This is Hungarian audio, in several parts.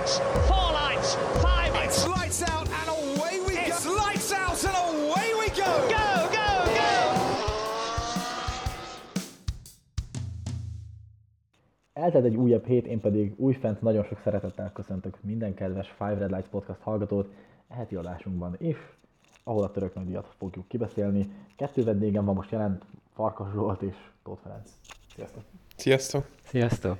lights, 4 lights, 5 lights. It's lights out and away we go. It's lights out and away we go. Go, go, go! Eltelt egy újabb hét, én pedig újfent nagyon sok szeretettel köszöntök minden kedves Five Red Lights podcast hallgatót e heti adásunkban is, ahol a török nagydíjat fogjuk kibeszélni. 2 vendégem van most jelent, Farkas Zsolt és Tóth Ferenc. Sziasztok! Sziasztok! Sziasztok!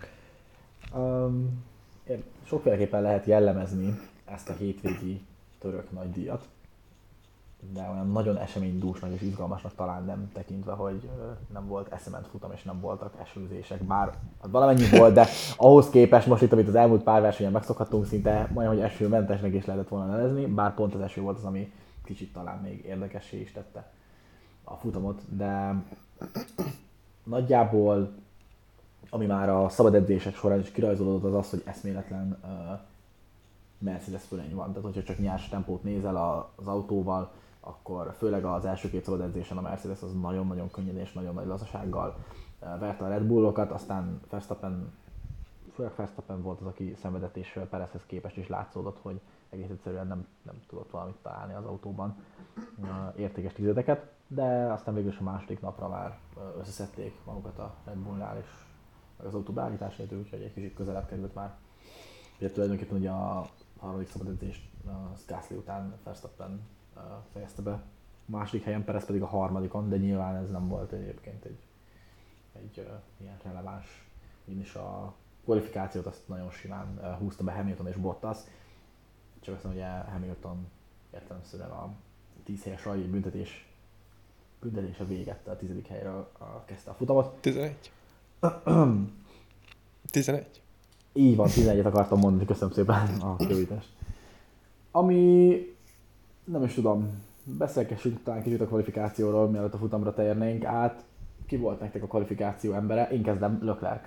Sokféleképpen lehet jellemezni ezt a hétvégi török nagydíjat, de olyan nagyon eseménydúsnak és izgalmasnak talán nem, tekintve, hogy nem volt eszement futam és nem voltak esőzések, bár valamennyi volt, de ahhoz képest most itt, amit az elmúlt pár versenyen megszokhattunk, szinte majdnem, hogy esőmentesnek is lehetett volna nevezni, bár pont az eső volt az, ami kicsit talán még érdekessé is tette a futamot, de nagyjából ami már a szabad edzések során is kirajzolódott, az az, hogy eszméletlen Mercedes fölény van. Tehát, hogyha csak nyers tempót nézel az autóval, akkor főleg az első 2 szabad edzésen a Mercedes az nagyon-nagyon könnyen és nagyon nagy lazasággal verte a Red Bullokat, aztán főleg Verstappen volt az, aki szenvedett, és Perezhez képest is látszódott, hogy egész egyszerűen nem tudott valamit találni az autóban értékes tizedeket, de aztán végül is a második napra már összeszedték magukat a Red Bullnál, és meg az autó beállítását, úgyhogy egy kicsit közelebb került már. Ugye tulajdonképpen ugye a harmadik szabad edzést Gasly után Verstappen fejezte be, a második helyen, Perez pedig a harmadikon, de nyilván ez nem volt egyébként egy ilyen releváns. Én is a kvalifikációt azt nagyon simán húzta be Hamilton és Bottas, csak aztán ugye Hamilton értelemszerűen a 10 helyes rajdi büntetése véget, a 10. helyről kezdte a futamot. 11. Így van, 11-et akartam mondani, köszönöm szépen a javítást. Ami, nem is tudom, beszélgessünk talán kicsit a kvalifikációról, mielőtt a futamra térnénk át. Ki volt nektek a kvalifikáció embere? Én kezdem, Leclerc.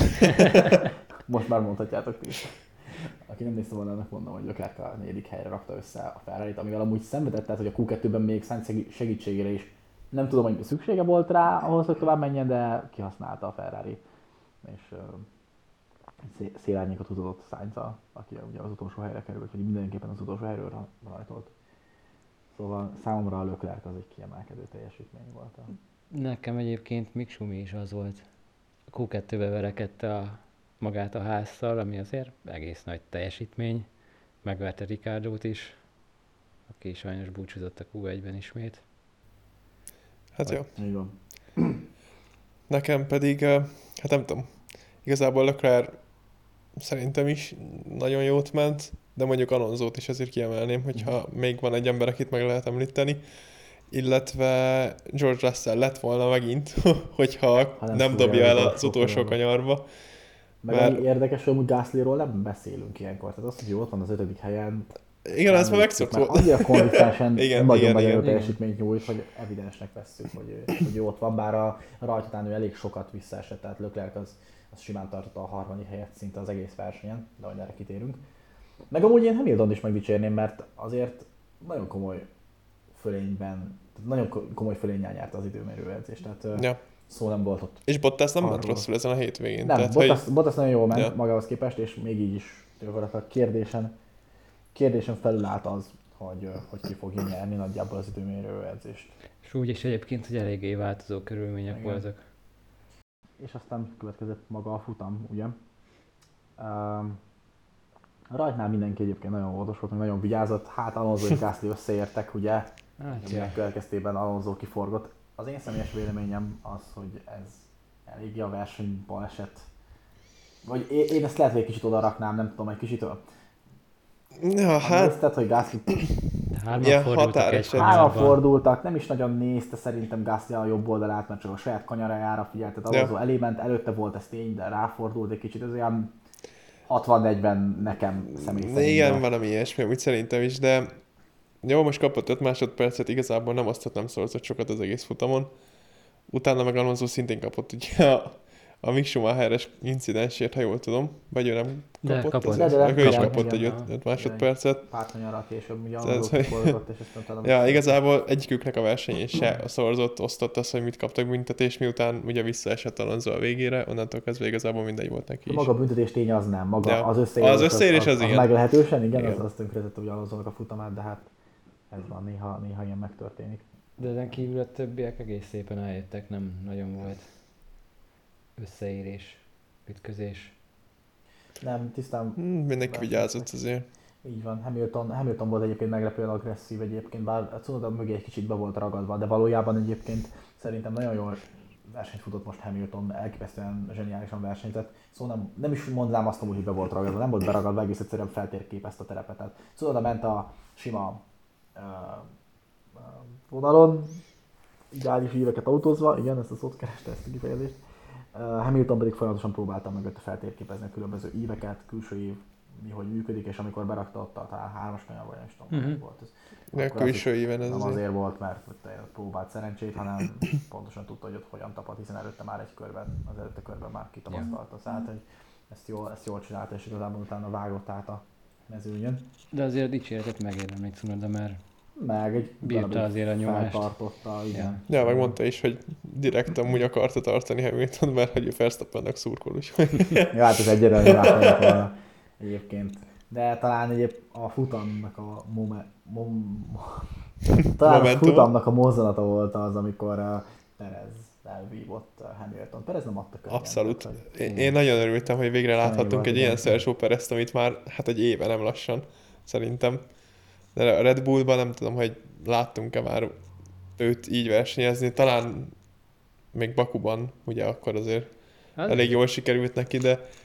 Most már mondhatjátok ti is. Aki nem nézte volna, annak mondom, hogy Leclerc a 4. helyre rakta össze a Ferrarit, amivel amúgy szenvedett, tehát hogy a Q2-ben még Sainz segítségére is nem tudom, hogy szüksége volt rá ahhoz, hogy tovább menjen, de kihasználta a Ferrari. És szélárnyékot húzott Sainz-al, aki ugye az utolsó helyre került, vagy mindenképpen az utolsó helyről rajtolt. Szóval számomra a Leclerc az egy kiemelkedő teljesítmény volt. Nekem egyébként Mick Schumacher is az volt. A Q2-be verekedte magát a Haasszal, ami azért egész nagy teljesítmény. Megverte Ricciardót is, aki sajnos búcsúzott a Q1-ben ismét. Hát jó. Így van. Nekem pedig, hát nem tudom, igazából Leclerc szerintem is nagyon jót ment, de mondjuk Alonsót is azért kiemelném, hogyha még van egy ember, akit meg lehet említeni, illetve George Russell lett volna megint, hogyha nem dobja el az utolsó kanyarba. Meg ami érdekes, hogy Gaslyról nem beszélünk ilyenkor, tehát az, hogy ott van az 5. helyen. Igen, ez már megszokott volt. Annyira konzisztensen nagyon jó igen. teljesítményt nyújt, hogy evidensnek vesszük, hogy ott van, bár a rajta után ő elég sokat visszaesett, tehát Leclerc az simán tartotta a 3. helyet szinte az egész versenyen, de majd erre kitérünk. Meg amúgy én Hamiltont is megdicsérném, mert azért nagyon komoly fölényben, nagyon komoly fölényen nyerte az időmérőedzést, tehát ja. Szó nem volt ott. És Bottas nem ment rosszul ezen a hétvégén. Nem, tehát, Bottas nagyon jól ment magához képest, és még így is gyakorlatilag kérdésen felül állt az, hogy ki fogja nyerni nagyjából az időmérőedzést. És úgy is egyébként, hogy eléggé változó körülmények voltak. És aztán következett maga a futam, ugye? Rajtnál mindenki egyébként nagyon óvatos volt, nagyon vigyázott, hát Alonso és Gasly összeértek, ugye? Aminek következtében Alonso kiforgott. Az én személyes véleményem az, hogy ez eléggé a versenyból esett. Vagy én ezt lehet, hogy egy kicsit oda raknám, nem tudom, egy kicsit. Ja, hát... Nézted, hogy Gasly... Hárman fordultak, nem is nagyon nézte szerintem Gasly a jobb oldalát, mert csak a saját kanyarajára figyelt, tehát Alonso elé ment, előtte volt ez tény, de ráfordult egy kicsit, ez olyan 64-ben nekem személy szerint. Igen, valami ilyesmi, úgy szerintem is, de jó, most kapott 5 másodpercet, igazából nem szorzott sokat az egész futamon. Utána meg Alonso szintén kapott ugye a a Mick Schumacher-es incidensért, ha jól tudom, vagy ő nem De kapott, kapott. azért? De Akkor ő is kapott, kapott egy igen. 5 másodpercet. Pár kanyarral később, ugye Tehát, azóta forgott, és ezt utána... Ja, igazából egyiküknek a versenyén se szorzott, osztott az, hogy mit kaptak büntetés, miután ugye visszaesett Alonso a végére, onnantól kezdve igazából mindegy volt neki is. Maga a büntetés tény az nem, maga Ja. az összeérés. Az összeérés az igen. Meglehetősen, igen, Igen. az tönkretette ugye Alonsonak a futamát, de hát ez van, néha ilyen megtörténik. De ezen kívül a többiek egész szépen eljöttek, nem nagyon volt összeérés, ütközés. Nem, tisztán Mindenki vigyázott azért. így van. Hamilton volt egyébként meglepően agresszív egyébként, bár Tsunoda mögé egy kicsit be volt ragadva, de valójában egyébként szerintem nagyon jól versenyt futott most Hamilton, elképesztően zseniálisan versenyzett. Szóval nem is mondanám azt, hogy be volt ragadva, nem volt beragadva, egész egyszerűen feltérképezte a terepet. Tehát Tsunoda ment a sima vonalon, ideális íveket autózva, igen, ezt a szót kereste, ezt a kifejezést. Hamilton pedig folyamatosan próbálta mögötte feltérképezni a különböző íveket, külső ív, mi hogy működik, és amikor berakta ott talán 3-as kanyar, vagy nem is tudom, hogy volt ez. De a külső éven ez nem azért. azért volt, mert próbált szerencsét, hanem pontosan tudta, hogy ott hogyan tapad, hiszen előtte már egy körben, az előtte körben már kitapasztalta. Tehát, hogy ezt jól csinálta, és igazából utána vágott át a mezőnyön. De azért a dicséretet megérdemli Tsunoda, mert Meg egy bírta darabig azért a nyomást. feltartotta, igen. Ja, megmondta is, hogy direkt amúgy akarta tartani Hamilton, mert hogy ő Verstappennek szurkol, úgyhogy... Ja, hát ez egyértelmű látni volna egyébként. De talán a futamnak a futamnak a mozzanata volt az, amikor Perez elvívott Hamilton. Perez nem adta könnyen. Abszolút. Tehát, Én nagyon örültem, hogy végre láthattunk volt, egy igen. ilyen Sergio Perezt, amit már hát egy éve nem lassan, szerintem. De a Red Bullban nem tudom, hogy láttunk-e már őt így versenyezni. Talán még Bakuban, ugye akkor azért Hát, elég jól sikerült neki,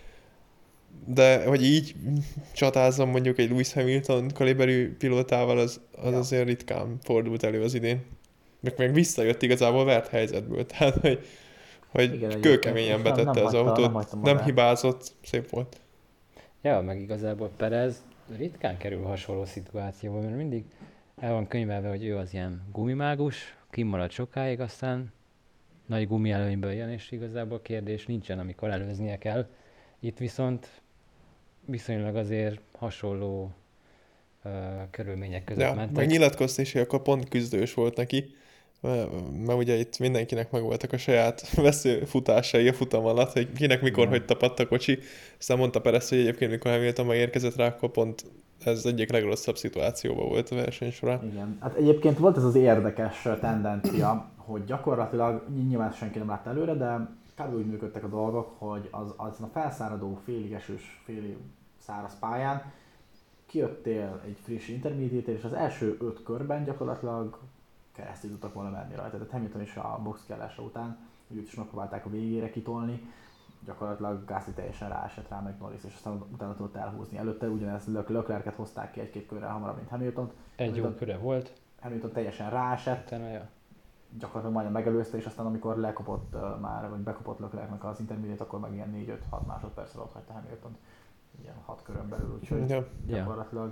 de hogy így csatázzon mondjuk egy Lewis Hamilton kaliberű pilótával, az azért ritkán fordult elő az idén. Meg visszajött igazából vert helyzetből, tehát hogy Igen, kőkeményen egyébként betette az nem autót, hagyta nem magát. hibázott, szép volt. ja, meg igazából Perez ritkán kerül hasonló szituációba, mert mindig el van könyvelve, hogy ő az ilyen gumimágus, kimarad sokáig, aztán nagy gumi előnyből jön, és igazából kérdés nincsen, amikor előznie kell. Itt viszont viszonylag azért hasonló körülmények között Ja, mentek. meg nyilatkozta is, hogy akkor pont küzdős volt neki, mert ugye itt mindenkinek megvoltak a saját veszőfutásai a futam alatt, hogy kinek mikor, hogy tapadt a kocsi. Aztán mondta Perez, hogy egyébként mikor Hamilton megérkezett rá, akkor pont ez egyik legrosszabb szituációban volt a verseny során. Igen. Hát egyébként volt ez az érdekes tendencia, hogy gyakorlatilag nyilván senki nem látta előre, de kb. Úgy működtek a dolgok, hogy azon a felszáradó, félig esős, félig száraz pályán kijöttél egy friss intermediate és az első 5 körben gyakorlatilag keresztül tudtak volna menni rajta. Tehát Hamilton is a box kiállása után, őt is megpróbálták a végére kitolni, gyakorlatilag Gasly teljesen ráesett rá, meg Norris, és aztán utána tudott elhúzni. Előtte ugyanezt Leclerc-et hozták ki 1-2 körrel hamarabb, mint Hamiltont. Egy jó köre volt, Hamilton teljesen ráesett, utána ja. gyakorlatilag majdnem megelőzte, és aztán amikor lekopott már, vagy bekopott Leclercnek az intermediate, akkor meg ilyen 4-5-6 másodpercre ott hagyta Hamiltont. Ilyen 6 körön belül, úgyhogy Ja. gyakorlatilag.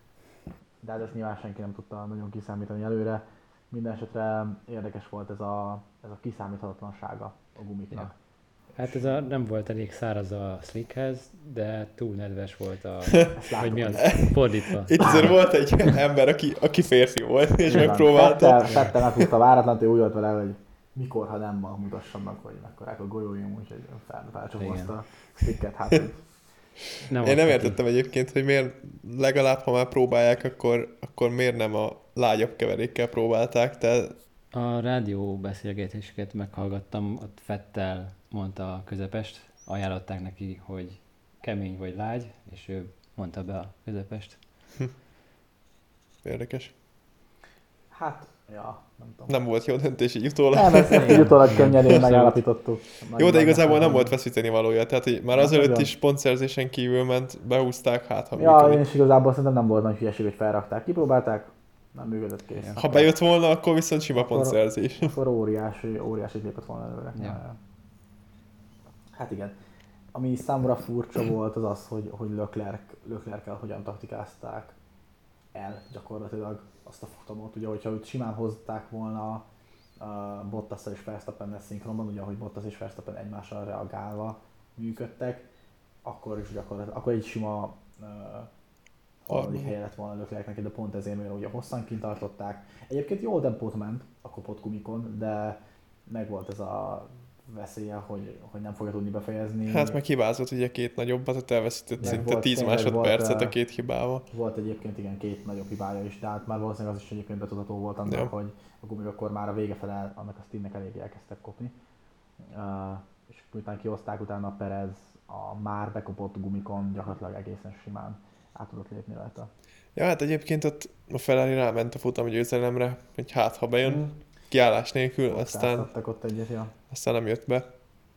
De hát ezt nyilván senki nem tudta nagyon kiszámítani előre. Minden esetre érdekes volt ez a kiszámíthatatlansága a gumiknak. Ja. Hát ez nem volt elég száraz a slickhez, de túl nedves volt hogy mi az, fordítva. Itt azért volt egy ember, aki férfi volt, és Így van. megpróbálta. Fettel meghúzta váratlan, ő úgy volt vele, hogy mikor, ha nem ma mutassam meg, hogy mekkorák a golyóim, úgyhogy felcsomozta a sticket, hát hogy Én nem értettem egyébként, hogy miért legalább, ha már próbálják, akkor miért nem a lágyabb keverékkel próbálták, tehát A rádió beszélgetéseket meghallgattam, ott Fettel mondta a közepest, ajánlották neki, hogy kemény vagy lágy, és ő mondta be a közepest. érdekes. hát, ja, nem tudom. Nem volt jó döntés így utólag. Nem, ezt utólag könnyen Abszolút. megállapítottuk. Jó, de igazából nem volt veszíteni valója, tehát hogy már azelőtt nagyon. is pontszerzésen kívül ment, behúzták, hát ha Ja, én működik. is igazából szerintem nem volt nagy hülyeség, hogy felrakták. Kipróbálták, nem működött, kész. Ja. Ha bejött volna, akkor viszont sima Akkor- pontszerzés. Akkor óriási lépett volna előre. Ja. Hát igen. Ami számomra furcsa volt az az, hogy Leclerc-kel hogyan taktikázták el gyakorlatilag azt a futamot. Ugye, hogyha őt simán hozták volna Bottasszal és Verstappennel szinkronban, ugye ahogy Bottas és Verstappen egymással reagálva működtek, akkor is gyakorlatilag, akkor egy sima harmadik helye lett volna Leclercnek, de pont ezért, mert ugye hosszan kint tartották. Egyébként jól tempót ment a kopott gumikon, de megvolt ez a veszélye, hogy nem fogja tudni befejezni. Hát meg hibázott ugye két nagyobbat, tehát elveszített szinte volt, 10 tényleg másodpercet a két hibával. Volt egyébként igen két nagyobb hibája is, de hát már valószínűleg az is egyébként betudható volt annak, Ja. hogy a gumik akkor már a vége fele annak a stintnek elég elkezdtek kopni. És miután kihozták, utána Perez a már bekopott gumikon gyakorlatilag egészen simán át tudott lépni rajta. Ja, hát egyébként ott a Ferrari ráment a futam győzelemre, hogy hát ha bejön, kiállás nélkül, Kockáztattak ott egyet, ja. aztán nem jött be.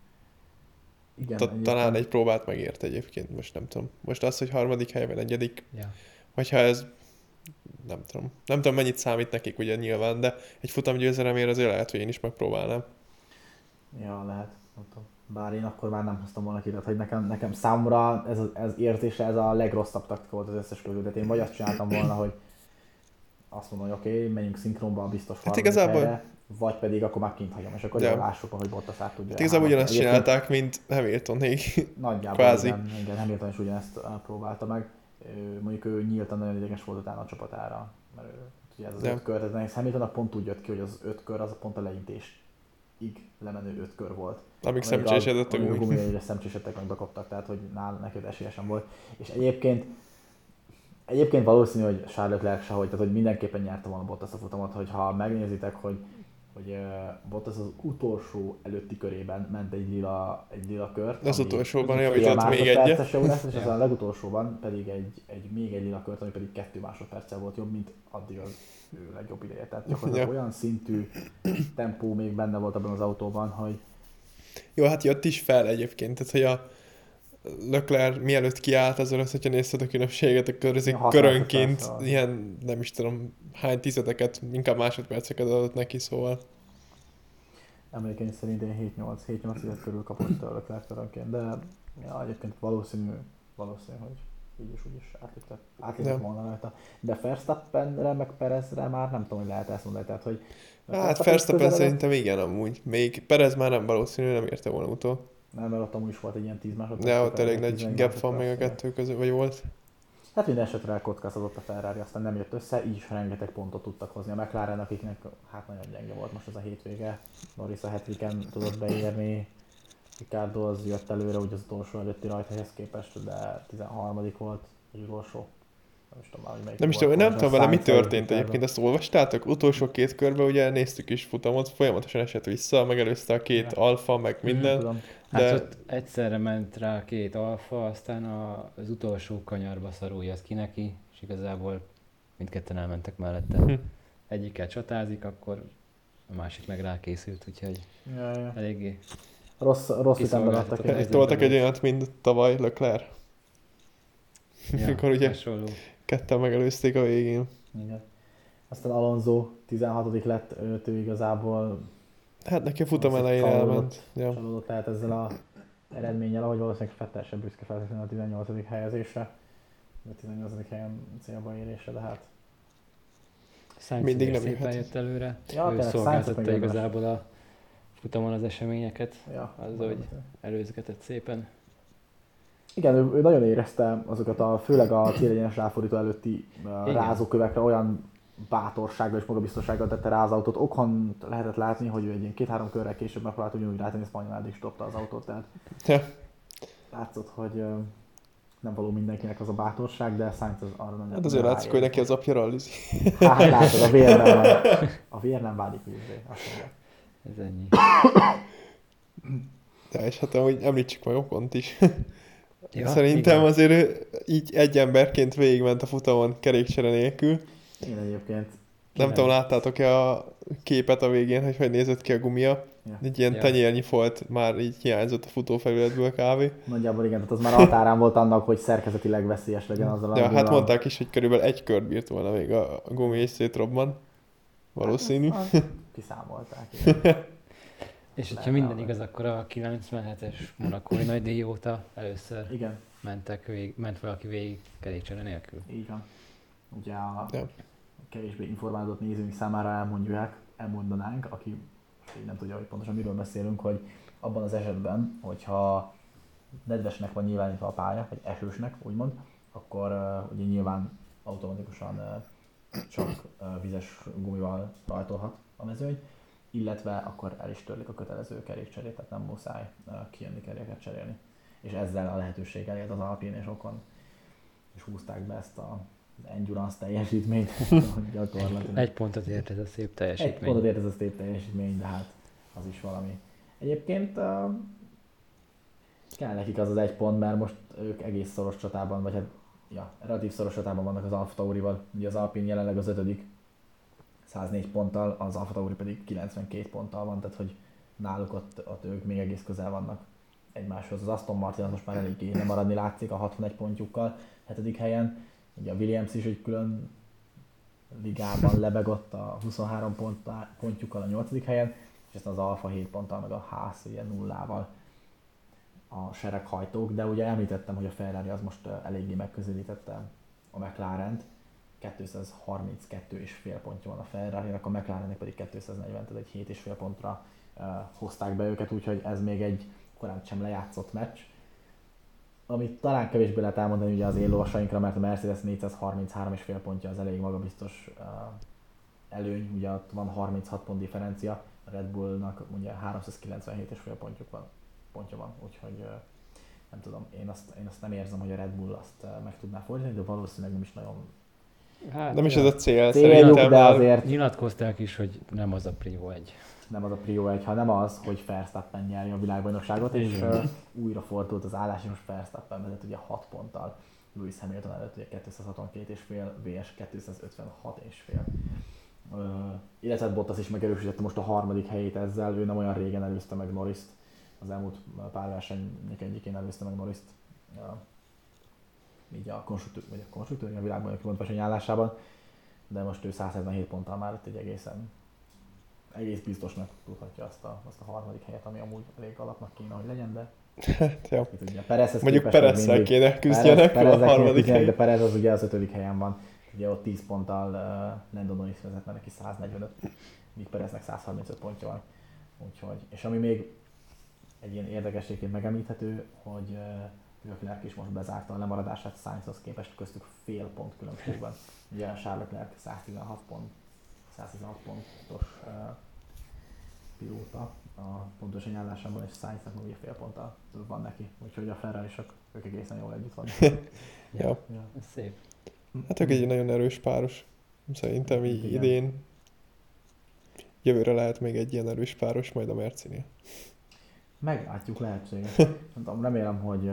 Igen, Talán egy próbát megért egyébként, most nem tudom. Most az, hogy harmadik helyben negyedik, Ja. vagy ha ez, nem tudom. Nem tudom, mennyit számít nekik ugye nyilván, de egy futam győzelemért azért lehet, hogy én is megpróbálnám. Ja, lehet. Nem tudom. Bár én akkor már nem hoztam volna ki, tehát hogy nekem számomra ez érzése, ez a legrosszabb taktika volt az összes közül. Tehát én vagy azt csináltam volna, hogy azt mondom, hogy oké, menjünk szinkronba a biztos harmadik igazából- helyre, vagy pedig akkor már kint hagyom, és akkor Ja. lássuk, hogy Bottas át tudja. Hát igazából ugyanazt Egyébként csinálták, mint Hamiltonék. Nagyjából kvázi. igen, Hamilton is ugyanezt próbálta meg. Mondjuk ő nyíltan nagyon ideges volt utána a csapatára, mert ugye ez az Ja. 5 kör, ez Hamiltonnak pont úgy jött ki, hogy az 5 kör az pont a leintésig lemenő 5 kör volt. Amíg szemcsésedett a gumi. gumi. Egyre szemcsésedtek, meg bekoptak, tehát hogy neki ott esélyesen volt. És egyébként valószínű, hogy Charles Leclerc sehogy, tehát hogy mindenképpen nyerte volna Bottas a futamot, hogyha megnézitek, hogy Bottas az utolsó előtti körében ment egy lila kört. Az ami utolsóban fél javított még egyet. másodperces jobb lesz, és Ja. aztán a legutolsóban pedig még egy lila kört, ami pedig 2 másodperccel volt jobb, mint addig az ő legjobb ideje. Tehát gyakorlatilag olyan szintű tempó még benne volt abban az autóban, hogy Jó, hát jött is fel egyébként, tehát hogy a Leclerc mielőtt kiállt, azért, hogyha nézted a különbséget, akkor azért Ilyen körönként 60 ilyen, nem is tudom, hány tizedeket, inkább másodperceket adott neki, szóval. emlékeim szerint én 7-8 körül kapott a Leclerc körönként, de ja, egyébként valószínű, hogy így is úgy is átlépett Ja. volna rajta. De Verstappenre, meg Perezre már nem tudom, hogy lehet ezt mondani, tehát hogy Hát Verstappen szerintem igen amúgy. Még Perez már nem valószínű, nem érte volna utol. Nem, mert ott amúgy is volt egy ilyen 10 másodperc. De ott elég vagy nagy 11 gap van még a másodperc. kettő között, vagy volt. Hát minden esetre kockáztatott a Ferrari, aztán nem jött össze, így is rengeteg pontot tudtak hozni a McLaren, akiknek hát nagyon gyenge volt most ez a hétvége. Norris a hetviken tudott beérni, Ricciardo az jött előre, úgy az utolsó előtti rajthelyhez képest, de 13. volt az utolsó. Nem is tudom már, hogy melyik Nem is volt, tudom, nem most tudom vele, mi Sainz előtt történt Ricciardo. egyébként, ezt olvastátok? Utolsó két körben ugye néztük is futamot, folyamatosan esett vissza, megelőzte a két alfa, meg minden. Tudom. Hát De- ott egyszerre ment rá két alfa, aztán az utolsó kanyarba szarul jött ki neki, és igazából mindketten elmentek mellette. Egyikkel csatázik, akkor a másik meg rákészült, úgyhogy Ja. eléggé Rossz ütemben adtak Kiszolgáltatott. egy. Toltak egy olyat, mint tavaly Leclerc. ja, Akkor ugye- hasonló. Ketten megelőzték a végén. Igen. Aztán Alonso 16. lett, ő igazából Hát neki a futam Az egy elején csalódott. elment. Ja. csalódott lehet ezzel a eredménnyel, ahogy valószínűleg Vettel sem büszke feltétlenül a 18. helyezésre, a 18. helyen célba érésre, de hát Sainz Mindig azért nem szépen jöhet. jött előre, Ja, ő tényleg, szolgáltatta Sainz meg igazából a futamon az eseményeket, ja. hogy előzgetett szépen. Igen, ő nagyon érezte azokat főleg a célegyenes ráfordító előtti Igen. rázókövekre olyan bátorsággal és magabiztossággal tette rá az autót. Okon lehetett látni, hogy ő egy ilyen 2-3 körrel később megpróbált ugyanúgy rátenni, ezt majdnem is dobta az autót, tehát Ja. látszott, hogy nem való mindenkinek az a bátorság, de Sainz az arra nem Hát azért látszik, hogy neki az apja rallizik. Hát látod, a vér nem válik vízre, azt mondja. Ez ennyi. De és hát amúgy említsük meg Okont is. Ja, Szerintem igen. azért ő így egy emberként végigment a futamon kerékcsere nélkül. Én egyébként... Nem tudom, láttátok-e a képet a végén, hogy nézett ki a gumia? Ja. Egy ilyen Ja. tenyérnyi folt már így hiányzott a futófelületből kávé. Nagyjából igen, tehát az már a határán volt annak, hogy szerkezetileg veszélyes legyen azzal Ja, a hát mondták is, hogy körülbelül egy kört bírt volna még a gumi és szétrobban. Valószínű. Hát, kiszámolták. Igen. És hogyha Nem, minden nem. igaz, akkor a 97-es monakói nagy díj óta először Igen, ment valaki végig kerékcsere nélkül. így van. Ugye a Ja. kevésbé informálódott nézőink számára elmondanánk, aki most így nem tudja, hogy pontosan miről beszélünk, hogy abban az esetben, hogyha nedvesnek van nyilvánítva a pálya, vagy esősnek, úgymond, akkor ugye nyilván automatikusan csak vizes gumival rajtolhat a mezőny, illetve akkor el is törlik a kötelező kerékcserét, tehát nem muszáj kijönni keréket cserélni. És ezzel a lehetőséggel élt az Alpine és Ocon, és húzták be ezt a endurance teljesítményt gyakorlatilag. Egy pontot ért ez a szép Egy teljesítmény. pontot ért ez a szép teljesítmény, de hát az is valami. Egyébként kell nekik az egy pont, mert most ők egész szoros csatában, vagy hát relatív szoros csatában vannak az Alfa Taurival. Ugye az Alpine jelenleg az 5. 104 ponttal, az Alfa Tauri pedig 92 ponttal van, tehát hogy náluk ott ők még egész közel vannak egymáshoz. Az Aston Martin az most már eléggé lemaradni látszik a 61 pontjukkal 7. helyen. Ugye a Williams is egy külön ligában lebegott a 23 pontjukkal a 8. helyen, és aztán az Alfa 7 ponttal, meg a Haas ugye nullával a sereghajtók, de ugye említettem, hogy a Ferrari az most eléggé megközelítette a McLarent, 232,5 pontja van a Ferrarinak, a McLarennek pedig 240, tehát egy 7,5 pontra hozták be őket, úgyhogy ez még egy korán sem lejátszott meccs. Amit talán kevésbé lehet elmondani ugye az éllovasainkra, mert a Mercedes 433,5 pontja az elég magabiztos előny, ugye ott van 36 pont differencia, a Red Bullnak ugye 397,5 pontja van, úgyhogy nem tudom, én azt nem érzem, hogy a Red Bull azt meg tudná fordítani, de valószínűleg nem is nagyon Hát, Nem is ez a cél, céljuk, szerintem. de azért nyilatkozták is, hogy nem az a Prio 1. nem az a Prio 1, hanem az, hogy Verstappen nyeri a világbajnokságot, és újra fordult az állás, és most Verstappen vezet ugye 6 ponttal Lewis Hamilton előtt, ugye 262,5 vs 256,5. Illetve Bottas is megerősítette most a 3. helyét ezzel, ő nem olyan régen előzte meg Norrist, az elmúlt pár versenyek egyikén előzte meg Norrist, így a konstruktőri a világbajnoki pontversenyállásában, de most ő 177 ponttal már itt egy egész biztosnak tudhatja azt a 3. helyet, ami amúgy elég alapnak kéne, hogy legyen, de Hát, jó. ki tudja. Perezhez Mondjuk képest még Peresszel mindig- kéne küzdjenek a 3. de helyen. Perez az ugye az 5. helyen van. Ugye ott 10 ponttal Lando Norris vezet, mert neki 145, míg Pereznek 135 pontja van. Úgyhogy, és ami még egy ilyen érdekességként megemlíthető, hogy Leclerc is most bezárta a lemaradását Sainzhoz képest köztük fél pont különbségben. Ugye Charles Leclerc 116 pontos pilóta a pontos állásában, és Sainznak meg ugye fél ponttal több van neki. Úgyhogy a Ferrari-sok ők egészen jól együtt vannak. Ja. Ez szép. Hát ők egy nagyon erős páros. Szerintem így Igen. idén jövőre lehet még egy ilyen erős páros, majd a Mercinél. Meglátjuk, lehetséges. Nem tudom, remélem, hogy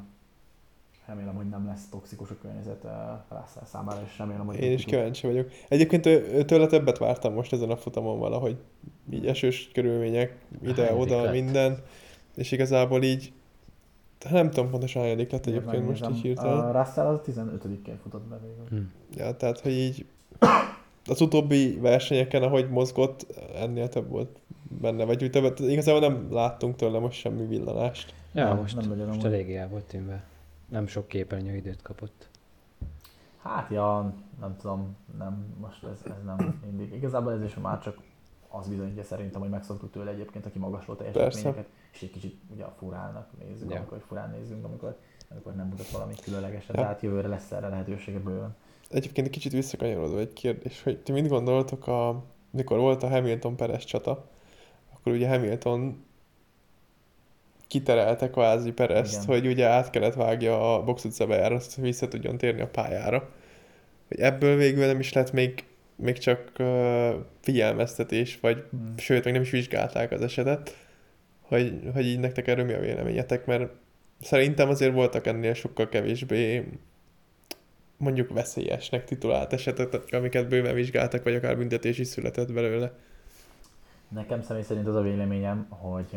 nem lesz toxikus a környezet Russell számára, és remélem, hogy... Én is kíváncsi vagyok. Egyébként tőle többet vártam most ezen a futamon valahogy. Így esős körülmények, ide-oda, Hányadik lett? minden. És igazából így, nem tudom pontosan hányadik lett egyébként most így hirtelen. A Russell az 15-ként futott be végül. Ja, tehát, hogy így az utóbbi versenyeken, ahogy mozgott, ennél több volt benne, vagy úgy többet. Igazából nem láttunk tőle most semmi villanást. Ja, Nem, most, nem nagyon most amúgy. eléggé el volt tűnve. Nem sok képernyőidőt kapott. Hát ja, nem tudom, most ez nem mindig. Igazából ez is már csak az bizonyítja szerintem, hogy megszoktuk tőle egyébként, aki magasról teljesítményeket, és egy kicsit ugye a furálnak nézzük, Ja. amikor furán nézzünk, amikor nem mutat valami különlegeset, Ja. tehát jövőre lesz erre lehetősége bőven. Egyébként egy kicsit visszakanyarodva egy kérdés, hogy ti mit gondoltok, mikor volt a Hamilton-Perez csata, akkor ugye Hamilton kiterelte kvázi Perezt, Igen. hogy ugye át kellett vágja a box utca bejárat, hogy vissza tudjon térni a pályára. Hogy ebből végül nem is lett még csak figyelmeztetés, vagy sőt, még nem is vizsgálták az esetet, hogy így nektek erről mi a véleményetek, mert szerintem azért voltak ennél sokkal kevésbé mondjuk veszélyesnek titulált esetet, amiket bőven vizsgáltak, vagy akár büntetés is született belőle. Nekem személy szerint az a véleményem, hogy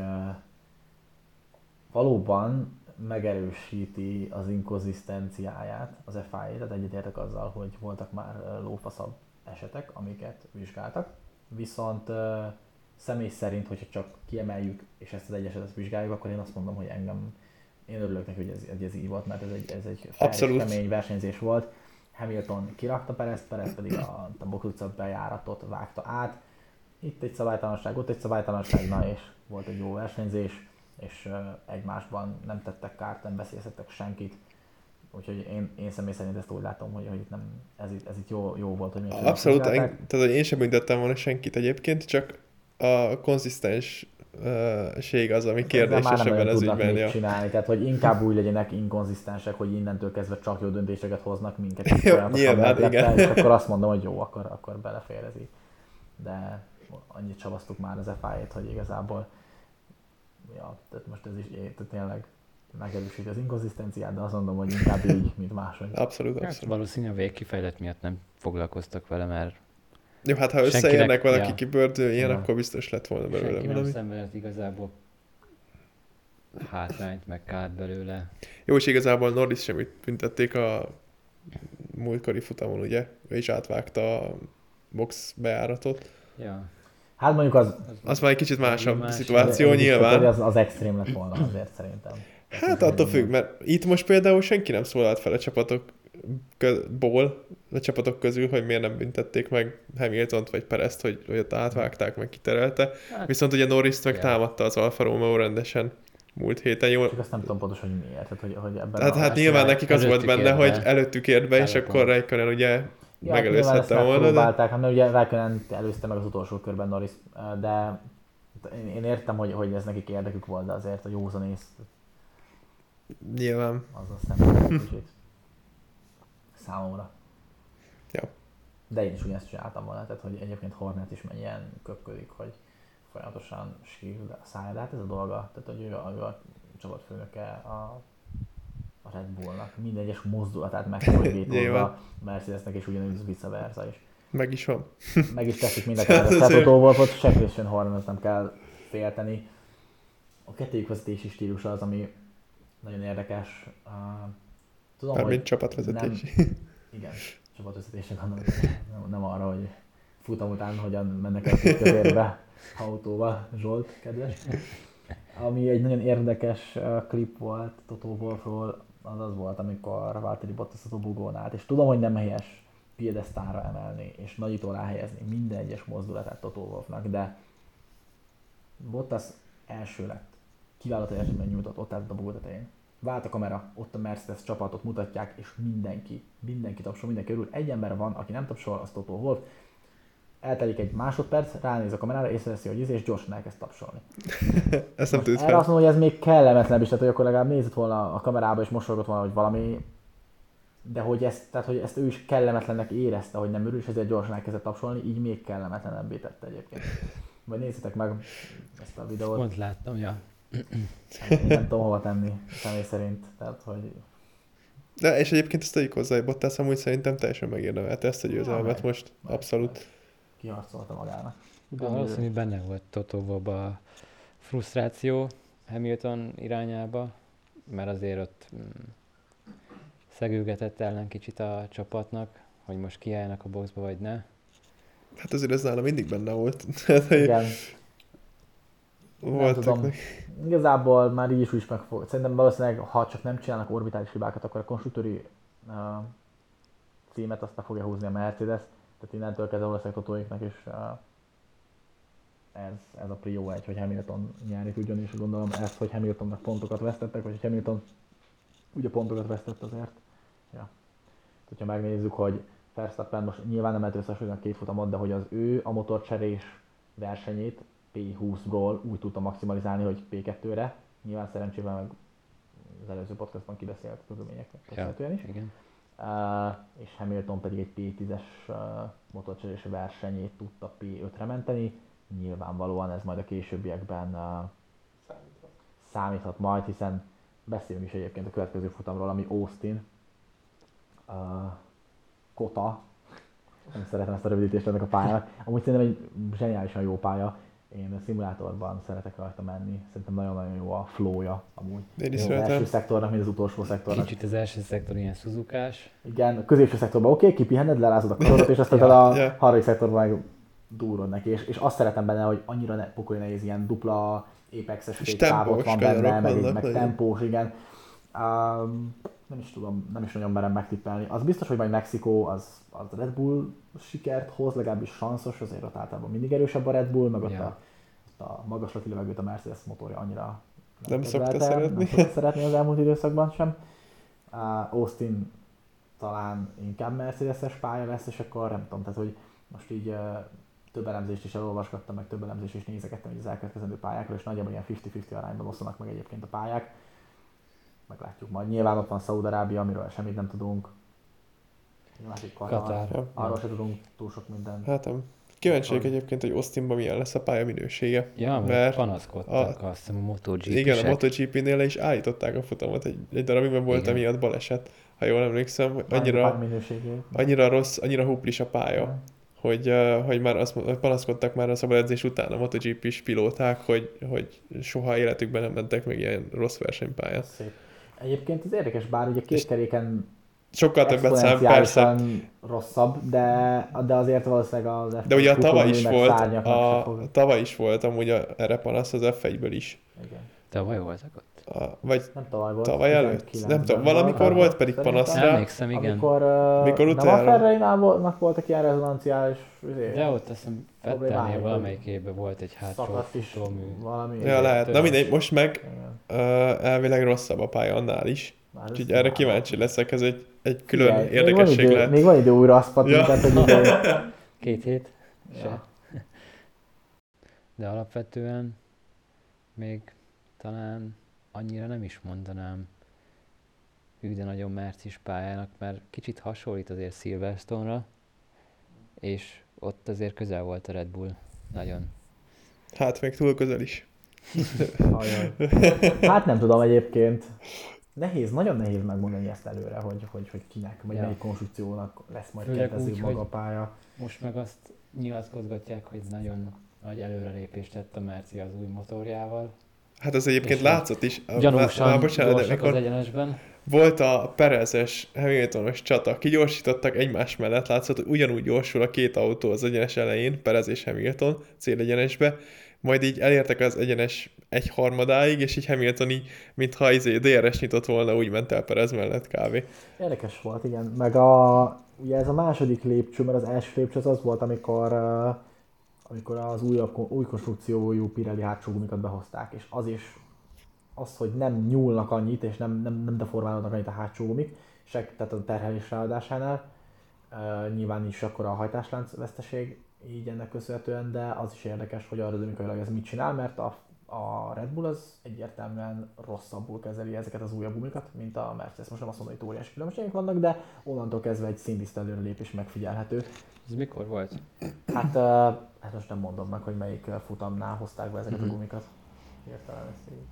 valóban megerősíti az inkonzisztenciáját az FIA, tehát egyetértek azzal, hogy voltak már lófaszabb esetek, amiket vizsgáltak, viszont személy szerint, hogyha csak kiemeljük és ezt az egy esetet vizsgáljuk, akkor én azt mondom, hogy én örülök neki, hogy ez így volt, mert ez egy fair és kemény versenyzés volt. Hamilton kirakta Perezt, Perez pedig a box utca bejáratot vágta át. itt egy szabálytalanság, ott egy szabálytalanság, na és volt egy jó versenyzés, és egymásban nem tettek kárt, nem beszélhettek senkit. Úgyhogy én személy szerint ezt úgy látom, hogy itt nem, ez itt jó volt, hogy még Abszolút, tehát én sem büntettem volna senkit egyébként, csak a konzisztensség az, ami kérdéses ebben az ügyben. Ja. Csinálni, tehát hogy inkább úgy legyenek inkonzisztensek, hogy innentől kezdve csak jó döntéseket hoznak minket. Nyilván, igen. És akkor azt mondom, hogy jó, akkor belefér ez így. De annyit savaztuk már az FIA-t, hogy igazából ja, tehát most ez is tehát tényleg megerősíti az inkonzisztenciát, de azt mondom, hogy inkább így, mint máshogy. Abszolút. Hát valószínűleg a végkifejlet miatt nem foglalkoztak vele, mert jó, hát ha összeérnek valaki ja. kibördüljen, akkor biztos lett volna belőle senki valami. nem szenvedett igazából hátrányt, meg kárt belőle. Jó, és igazából Norris sem büntették a múltkori futamon, ugye? Ő is átvágta a box bejáratot. Ja. Hát mondjuk az már egy kicsit másabb szituáció nyilván. Az extrém lett volna azért szerintem. Hát attól függ, mert itt most például senki nem szólalt fel a csapatok közül, hogy miért nem büntették meg Hamiltont vagy Perezt, hogy ott átvágták, meg kiterelte. Hát, viszont ugye Norris meg támadta az Alfa Romeo rendesen múlt héten. Jól... Csak azt nem tudom pontosan, hogy miért. Tehát, hogy ebben hát nyilván nekik az volt benne, hogy előttük ért be, és akkor Raikkonen ugye megelőzhette volna. Megpróbálták, hát ugye Raikkonen előzte meg az utolsó körben Norris, de én értem, hogy ez nekik érdekük volt, de azért a józanész nyilván. Az aztán kicsit számomra. Ja. De én is ugyanezt csináltam volna, tehát hogy egyébként Hornet is mennyien köpködik, hogy folyamatosan sír a szája, de hát ez a dolga, tehát hogy ő a csapatfőnöke a Red Bullnak, minden egyes mozdulatát meg kell, hogy vétózza a Mercedesnek, és ugyanúgy vice versa is. Meg is van. Meg is teszik mind a kettőt. Tehát Toto Wolffot, se Christian Hornet nem kell félteni. A kettőjük vezetési stílusa az, ami nagyon érdekes. Tudom, hogy csapatvezetés. Igen, csapatvezetésre gondolom. Nem arra, hogy futam után hogyan mennek el a közérbe autóval, Zsolt, kedves. Ami egy nagyon érdekes klip volt Toto Wolffról, az volt, amikor Valtteri Bottas a dobogón állt, és tudom, hogy nem helyes piedesztálra emelni, és nagyítól ráhelyezni minden egyes mozdulatát Toto Wolffnak, de Bottas első lett. Kiváló teljesítményt nyújtott, ott állt a dobogó tetején. Vált a kamera, ott a Mercedes csapatot mutatják, és mindenki tapsol, mindenki örül. Egy ember van, aki nem tapsol, az Toto Wolff. Eltelik egy másodperc, ránéz a kamerára, észreveszi, hogy és gyorsan elkezd tapsolni. Ezt nem tűnt fel. Erre azt mondom, hogy ez még kellemetlenebb is, tehát hogy akkor legalább nézett volna a kamerába, és mosolygott volna, hogy valami, de hogy ezt ő is kellemetlennek érezte, hogy nem örül, és ezért gyorsan elkezdett tapsolni, így még kellemetlenebbé tette egyébként. Vagy nézzétek meg ezt a videót. Pont láttam, ja. Nem tudom hova tenni, személy szerint. Tehát, hogy... De és egyébként ezt tegyük hozzá, hogy Bottas amúgy szerintem teljesen megérdemelte ezt a győzelmet most. Abszolút. Kiharcolta magának. De valószínűleg benne volt Totóban a frusztráció Hamilton irányába, mert azért ott szegülgetett ellen kicsit a csapatnak, hogy most kiálljanak a boxba vagy ne. Hát azért ez nála mindig benne volt. Igen. Voltak. Igazából már így is megfog. Szerintem valószínűleg, ha csak nem csinálnak orbitális hibákat, akkor a konstruktőri címet azt meg fogja húzni a Mercedes. Tehát innentől kezdve valószínűleg Totóiknak is ez a prio 1, hogy Hamilton nyerni tudjon, és gondolom ezt, hogy Hamiltonnak pontokat vesztettek, vagy hogy Hamilton ugye pontokat vesztett azért. Ja. Ha megnézzük, hogy Verstappen most nyilván nem lehet összehasonlítani a két futamot, de hogy az ő a motorcserés versenyét P20-ról úgy tudta maximalizálni, hogy P2-re. Nyilván szerencsével meg az előző podcastban kibeszélt körülményeknek köszönhetően is. Igen. És Hamilton pedig egy P10-es motorcserés versenyét tudta P5-re menteni. Nyilvánvalóan ez majd a későbbiekben számíthat majd, hiszen beszélünk is egyébként a következő futamról, ami Austin. Kota. Nem szeretem ezt a rövidítést ennek a pályának. Amúgy szerintem egy zseniálisan jó pálya. Én a szimulátorban szeretek rajta menni. Szerintem nagyon-nagyon jó a flow-ja amúgy. Én is az első szektornak, mint az utolsó szektornak. Kicsit az első szektor ilyen Suzukás. Igen, a középső szektorban oké, kipihenned, lelázod a karodat, és aztán a harmadik szektorban meg durrod neki. És azt szeretem benne, hogy annyira pokoli nehéz, ilyen dupla Apex-es féktávot van benne, meg tempós, igen. Nem is tudom, nem is nagyon merem megtippelni. Az biztos, hogy majd Mexikó az Red Bull sikert hoz, legalábbis sanszos, azért ott általában mindig erősebb a Red Bull, meg Ja. ott a magaslati levegőt a Mercedes motorja annyira Nem szokta kedvelte, szeretni. Nem szokta szeretni az elmúlt időszakban sem. Austin talán inkább Mercedes-es pálya lesz, és akkor nem tudom, tehát hogy most így több elemzést is elolvasgattam, meg több elemzést is nézegettem így az elkövetkezendő pályákról, és nagyjából ilyen 50-50 arányban osztanak meg egyébként a pályák. Meglátjuk majd. Nyilván ott van Szaúd-Arábia, amiről semmit nem tudunk. A másik Katar. Ja. Arról se tudunk túl sok mindent. Hát nem. Kíváncsiak egyébként, hogy Austinban milyen lesz a pálya minősége. Ja, mert panaszkodtak azt hiszem a MotoGP-sek. Igen, a MotoGP-nél is állították a futamot egy darabig, mert volt Igen. emiatt baleset. Ha jól emlékszem, Pályák annyira, minőségét. annyira rossz, annyira huplis a pálya, hogy már panaszkodtak már a szabad edzés után a MotoGP-s pilóták, hogy soha életükben nem mentek még ilyen rossz versenypályán. Szép. Egyébként ez érdekes, bár ugye két keréken Sokkal többet szám, persze. exponenciálisan rosszabb, de azért valószínűleg az F1 De ugye a tavaly kuponai is meg volt, szárnyaknak se fog. tavaly is volt amúgy erre panasz az F1-ből is. Igen. Tavaly voltak ott? Vagy Nem tavaly volt. tavaly előtt? 19-ben Nem tudom, valamikor volt pedig Szerintem. panasz rá. Emlékszem, igen. Amikor, Mikor nem a utána? Ferrari-nak voltak ilyen rezonanciális De ott azt hiszem Vettelnél problémáik, valamelyik évben volt egy hátsó szakadt is futómű. valami. Ja, lehet. Na mindegy, most meg Igen. elvileg rosszabb a pálya annál is. Már ez Úgyhogy erre már- kíváncsi leszek, ez egy külön Figyelj, érdekesség lehet. Még van idő újra azt Ja. tehát hogy idő. 2 hét? Ja. Se. De alapvetően még talán annyira nem is mondanám de nagyon március pályának, mert kicsit hasonlít azért Silverstone-ra, és ott azért közel volt a Red Bull. Nagyon. Hát még túl közel is. Ajaj. Hát nem tudom egyébként. Nagyon nehéz megmondani ezt előre, hogy kinek, vagy Ja. melyik konstrukciónak lesz majd Főleg kedvező úgy, maga a hogy- pálya. Most meg azt nyilatkozgatják, hogy nagyon nagy előrelépést tett a Merci az új motorjával. Hát ez egyébként És látszott is. Gyanúsan Bocsánat, de gyorsak az mikor egyenesben. volt a Perezes Hamiltonos csata, kigyorsítottak egymás mellett, látszott, hogy ugyanúgy gyorsul a két autó az egyenes elején, Perez és Hamilton célegyenesbe, majd így elértek az egyenes egyharmadáig, és így Hamilton így, mintha DRS nyitott volna, úgy ment el Perez mellett kb. Érdekes volt, igen. Meg ugye ez a második lépcső, mert az első lépcső az volt, amikor az új konstrukciójú Pirelli hátsó gumikat behozták, és az, hogy nem nyúlnak annyit, és nem deformálódnak annyit a hátsó gumik, tehát a terhelés ráadásánál, nyilván is akkor a hajtáslánc veszteség így ennek köszönhetően, de az is érdekes, hogy aerodinamikailag ez mit csinál, mert a Red Bull az egyértelműen rosszabbul kezeli ezeket az újabb gumikat, mint a Mercedes. Most nem azt mondom, hogy óriási különbségek vannak, de onnantól kezdve egy szintiszta előrelépés megfigyelhető. Ez mikor volt? Hát most nem mondom meg, hogy melyik futamnál hozták be ezeket a gumikat. Hirtelen ezt így.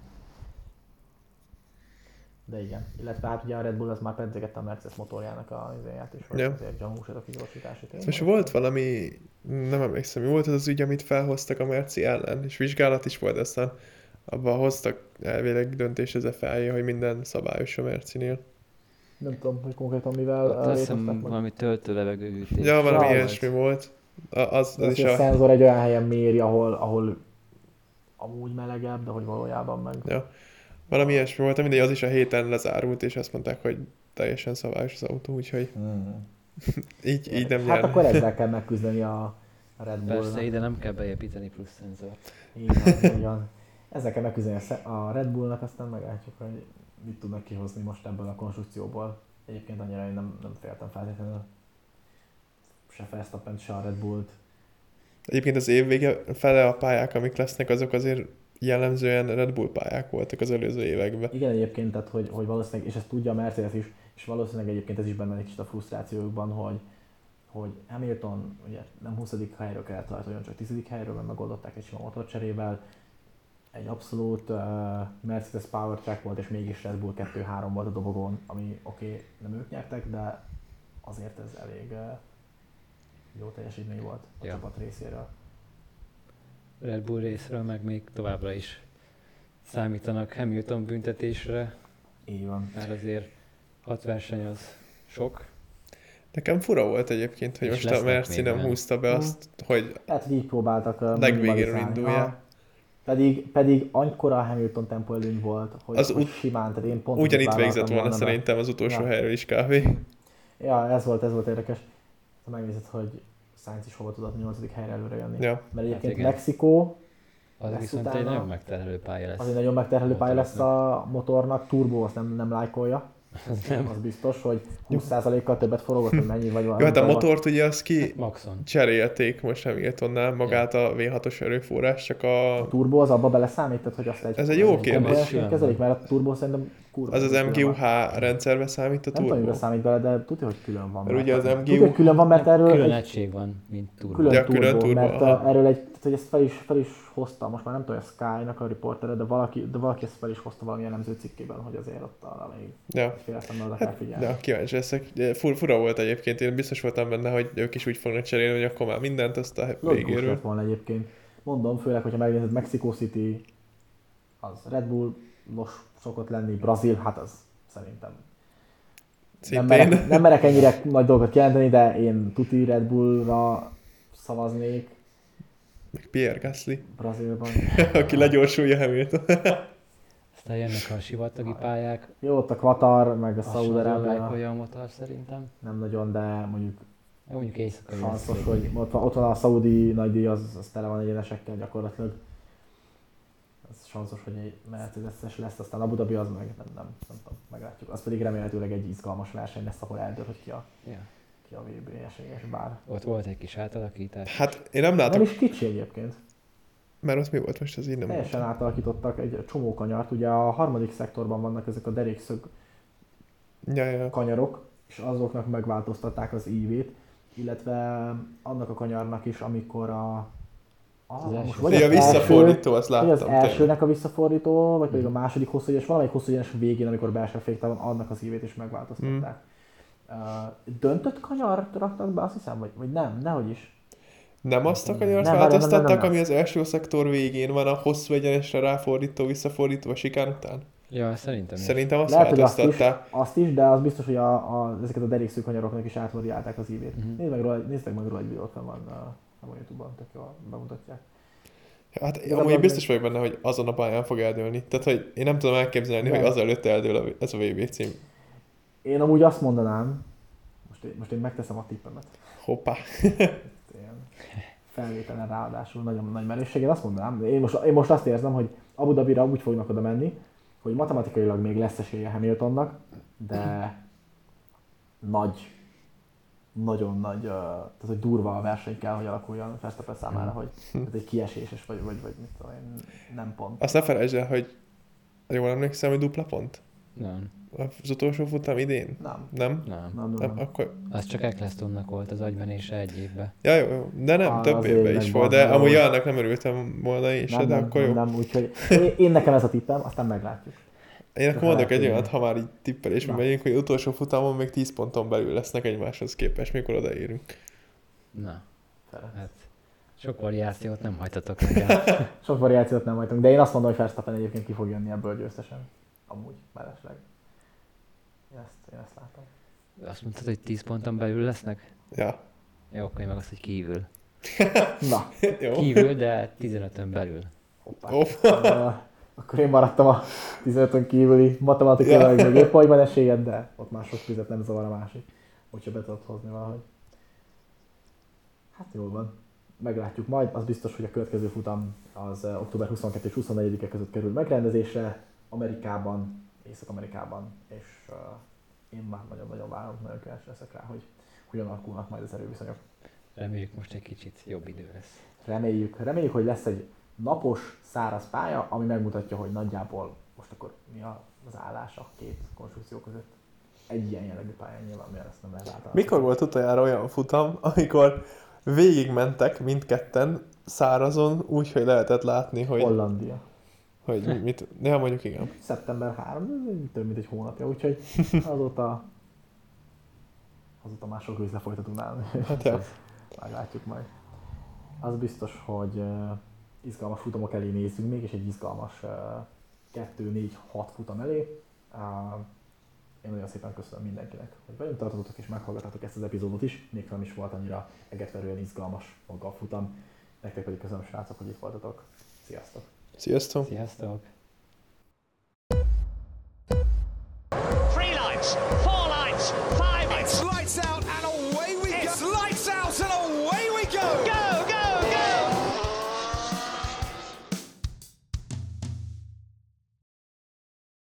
De igen. Illetve hát ugye a Red Bull az már pedzegette a Mercedes motorjának a izéját is, hogy Ja. azért gyanús ez a kigyorsítási téma. Most volt valami, nem emlékszem, mi volt az ügy, amit felhoztak a Merci ellen, és vizsgálat is volt, aztán abban hoztak elvileg döntést az FIA, hogy minden szabályos a Mercinél. Nem tudom, hogy konkrétan mivel Ott azt hiszem léteztek meg. valami töltőlevegőhűtés. Ja, valami Ja, ilyesmi volt. Az Az is is a a... szenzor egy olyan helyen méri, ahol amúgy melegebb, de hogy valójában meg. Ja. Valami ilyesmi volt, mindegy, az is a héten lezárult, és azt mondták, hogy teljesen szabályos az autó, úgyhogy így nem Hát nyerne. akkor ezzel kell megküzdeni a Red Bullnak. Persze, ide nem kell beépíteni plusz szenzort. Így van. Ezzel kell megküzdeni a Red Bullnak, aztán meglátjuk, hogy mit tudnak kihozni most ebből a konstrukcióból. Egyébként annyira én nem féltem feltétlenül se Verstappent, se a Red Bullt. Egyébként az év vége fele a pályák, amik lesznek, azok azért jellemzően Red Bull pályák voltak az előző években. Igen, egyébként, tehát hogy valószínűleg, és ezt tudja a Mercedes is, és valószínűleg egyébként ez is benne egy kicsit a frusztrációjukban, hogy Hamilton ugye nem 20. helyről kellett rajta, csak 10. helyről, mert megoldották egy sima motorcserével. Egy abszolút Mercedes Power Track volt, és mégis Red Bull 2-3 volt a dobogón, ami oké, nem ők nyertek, de azért ez elég jó teljesítmény volt a Ja. csapat részéről. Red Bull részről meg még továbbra is számítanak Hamilton büntetésre, Így van. mert azért 6 verseny az sok. Nekem fura volt egyébként, hogy És most a lesznek Merci még nem olyan. húzta be azt, hogy Hát, hogy így próbáltak legvégéről minimalizálni. indulják. Pedig annyira a Hamilton tempó előny volt, hogy simán, tehát én pont ugyanígy végzett vállaltam volna be. szerintem az utolsó Ja. helyről is kávé. Ja, ez volt érdekes. Megnézed, hogy Sainz is hova tudott 8. helyre előre jönni. Ja. Mert egyébként igen. Mexikó Az lesz viszont utána. egy nagyon megterhelő pálya lesz. az egy nagyon megterhelő pálya lesz Motoroknak. a motornak, turbo azt nem lájkolja. Az biztos, hogy 20%-kal többet forogott, hogy mennyi vagy valami. Jó, hát a motort ugye azt ki Maxon. cserélték most Hamiltonnál, magát a V6-os erőforrás, csak a... A turbo az abba beleszámít, hogy azt Ez egy jó kérdés. komponensként kezelik, mert a turbo szerintem kurva. Az külön MGUH van. rendszerbe számít a Nem tudom, turbo? hogy számít bele, de tudja, hogy külön van. Mert ugye az Tudja, hogy külön van, mert erről Külön egy egység van, mint turbo. külön Ja, turbo, külön turbo, mert aha. erről egy, tehát, hogy ezt fel is hozta, most már nem tudom, hogy a Sky-nak a riportere, de valaki ezt fel is hozta valami elemző cikkében, hogy azért ott arra még Ja. fél szemmel oda kell figyelni. Ja, kíváncsi leszek. Fura volt egyébként, én biztos voltam benne, hogy ők is úgy fognak cserélni, hogy akkor már mindent azt a Logikus végéről. lett volna egyébként. Mondom, főleg, hogyha megnézed Mexico City, az Red Bull-os szokott lenni, Brazil, hát az szerintem Szintén. nem merek ennyire nagy dolgot kijelenteni, de én tuti Red Bullra szavaznék Meg Pierre Gasly, Brazilban. aki legyorsulja Hamilton. Aztán jönnek a sivatagi pályák. Jó, ott a Qatar, meg a Az nagyon Szaúd-Arábia lájkolja a motor szerintem. nem nagyon, de mondjuk Mondjuk éjszakai sanszos, lesz. hogy ott van a szaudi nagydíj, az tele van egyenesekkel gyakorlatilag. Ez sanszos, hogy egy Mercedes-es lesz, aztán Abu Dhabi az meg nem tudom, meglátjuk. Az pedig remélhetőleg egy izgalmas verseny lesz, ahol eldől, hogy Ja. ki a VB esélyes, bár. Ott volt egy kis átalakítás. Hát én nem Nem látok, is kicsi egyébként. mert ott mi volt most, az így nem Teljesen mondtam. átalakítottak egy csomó kanyart. Ugye a harmadik szektorban vannak ezek a derékszög Ja. kanyarok, és azoknak megváltoztatták az ívét, illetve annak a kanyarnak is, amikor Az első. vagy Ja, az visszafordító, azt vagy az láttam. tényleg. elsőnek a visszafordító, vagy pedig a második hosszúgyes, valamelyik hosszúgyes végén, amikor belső féktávon, annak az ívét is megváltoztatták. Döntött kanyart raktak be, azt hiszem, vagy nem, nehogy is. Nem azt a kanyart Nem, változtatták, nem. ami az első szektor végén van, a hosszú egyenesre ráfordító, visszafordító a sikán után? Ja, szerintem is. Szerintem azt Lehet, hogy változtatták. azt is, de az biztos, hogy ezeket a derékszű kanyaroknak is átvariálták az ívét. Mhm. Nézd meg róla egy videót, van a YouTube-on, tök jól bemutatják. Hát Igazából amúgy biztos vagyok benne, hogy azon a pályán fog eldőlni. Tehát, hogy én nem tudom elképzelni, Nem. hogy azelőtt eldől ez a VB cím. Én amúgy azt mondanám, most én megteszem a tippemet. Hoppá. Ilyen felvételen ráadásul nagyon nagy menőség. Én azt mondanám, én most azt érzem, hogy Abu Dhabira úgy fognak oda menni, hogy matematikailag még lesz esélye Hamiltonnak, de nagyon nagy, tehát hogy durva a verseny kell, hogy alakuljon Verstappen számára, hogy ez egy kieséses, vagy mit tudom én, nem pont. Azt ne felejtsd el, hogy jól emlékszem, hogy dupla pont? Nem, Az utolsó futam idén? Nem. Nem? nem. Akkor... Az csak Ecclestonnak volt az agyvenése egy évben. Ja, jó, de nem, több Az évben évnek is van, volt, de jó. amúgy annak nem örültem volna én se, de akkor jó. Nem, úgyhogy én nekem ez a tippem, aztán meglátjuk. Én akkor Ha mondok egy lehet, olyat, hogy- ha már így tippelésbe Na. megyünk, hogy utolsó futamon még 10 ponton belül lesznek egymáshoz képest, mikor odaérünk. Na, Fele. hát sok variációt nem hagytatok nekem. Sok variációt nem hagytunk, de én azt mondom, hogy Verstappen egyébként ki fog jönni ebből győztesen. Amúgy, mellesleg. Én ezt látom. Azt mondtad, hogy 10 ponton belül lesznek? Ja. Jó, akkor én meg azt, hogy kívül. Na, Jó. Kívül, de 15-ön belül. hoppá. Ó, Akkor én maradtam a 15-ön kívüli matematikailag még épp hogy van esélyed, de ott már sok vizet nem zavar a másik. Hogyha be tudod hozni valahogy. Hát jól van. Meglátjuk majd. Az biztos, hogy a következő futam az október 22 és 24-e között kerül megrendezésre Amerikában, Észak-Amerikában, és én már nagyon-nagyon várom, nagyon kíváncsi leszek rá, hogy hogyan alakulnak majd az erőviszonyok. Reméljük most egy kicsit jobb idő lesz. Reméljük, hogy lesz egy napos, száraz pálya, ami megmutatja, hogy nagyjából most akkor mi az állás a két konstrukció között. Egy ilyen jellegű pályán nyilván mivel ezt nem lehet általában. mikor volt utoljára olyan futam, amikor végigmentek mindketten szárazon, úgy, hogy lehetett látni, Hollandia. hogy mit... Ja, mondjuk igen. Szeptember 3, több mint egy hónapja, úgyhogy azóta már sok víz lefolytatunk nálunk. Hát ja. Meglátjuk majd. Az biztos, hogy izgalmas futamok elé nézzünk még, és egy izgalmas 2-4-6 futam elé. Én nagyon szépen köszönöm mindenkinek, hogy velünk tartottatok és meghallgattatok ezt az epizódot is, még nem is volt annyira egetverően izgalmas maga a futam. Nektek pedig köszönöm, srácok, hogy itt voltatok. Sziasztok! Sziasztok! Sziasztok! 3 lights, 4 lights, 5